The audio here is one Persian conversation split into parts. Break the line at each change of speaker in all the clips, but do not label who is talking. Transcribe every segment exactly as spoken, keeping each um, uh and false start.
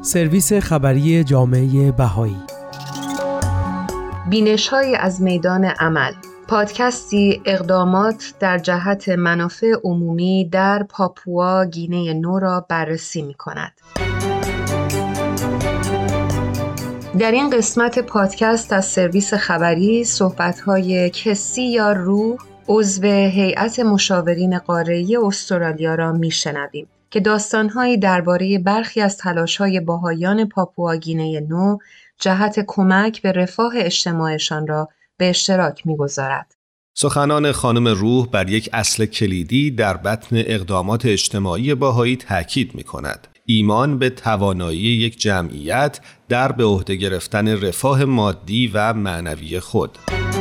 سرویس خبری جامعه بهایی.
بینش‌هایی از میدان عمل، پادکستی اقدامات در جهت منافع عمومی در پاپوا گینه نو را بررسی می‌کند. در این قسمت پادکست از سرویس خبری صحبت‌های کسی یا روح، عضو هیئت مشاورین قاره‌ای استرالیا را می‌شنویم که داستان‌هایی درباره برخی از تلاش‌های بهائیان پاپوا گینه نو جهت کمک به رفاه اجتماعشان را به اشتراک می‌گذارد.
سخنان خانم روح بر یک اصل کلیدی در بطن اقدامات اجتماعی بهایی تاکید می‌کند: ایمان به توانایی یک جمعیت در به عهده گرفتن رفاه مادی و معنوی خود.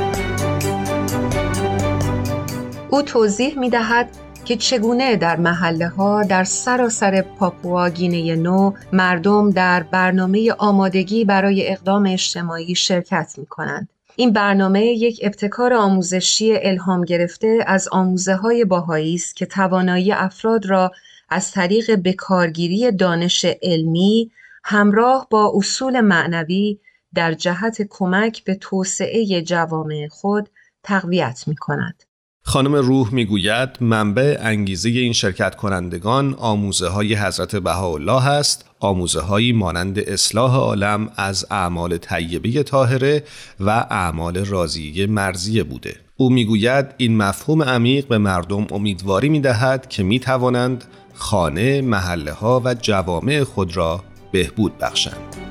او توضیح می‌دهد که چگونه در محله‌ها در سراسر پاپوا گینه نو مردم در برنامه آمادگی برای اقدام اجتماعی شرکت می‌کنند. این برنامه یک ابتکار آموزشی الهام گرفته از آموزه‌های بهایی است که توانایی افراد را از طریق بکارگیری دانش علمی همراه با اصول معنوی در جهت کمک به توسعه جوامع خود تقویت می‌کند.
خانم روح میگوید منبع انگیزه این شرکت کنندگان آموزه های حضرت بهاءالله است، آموزه هایی مانند اصلاح عالم از اعمال طیبه طاهره و اعمال راضیه مرضیه بوده. او میگوید این مفهوم عمیق به مردم امیدواری میدهد که میتوانند خانه، محله ها و جوامع خود را بهبود بخشند.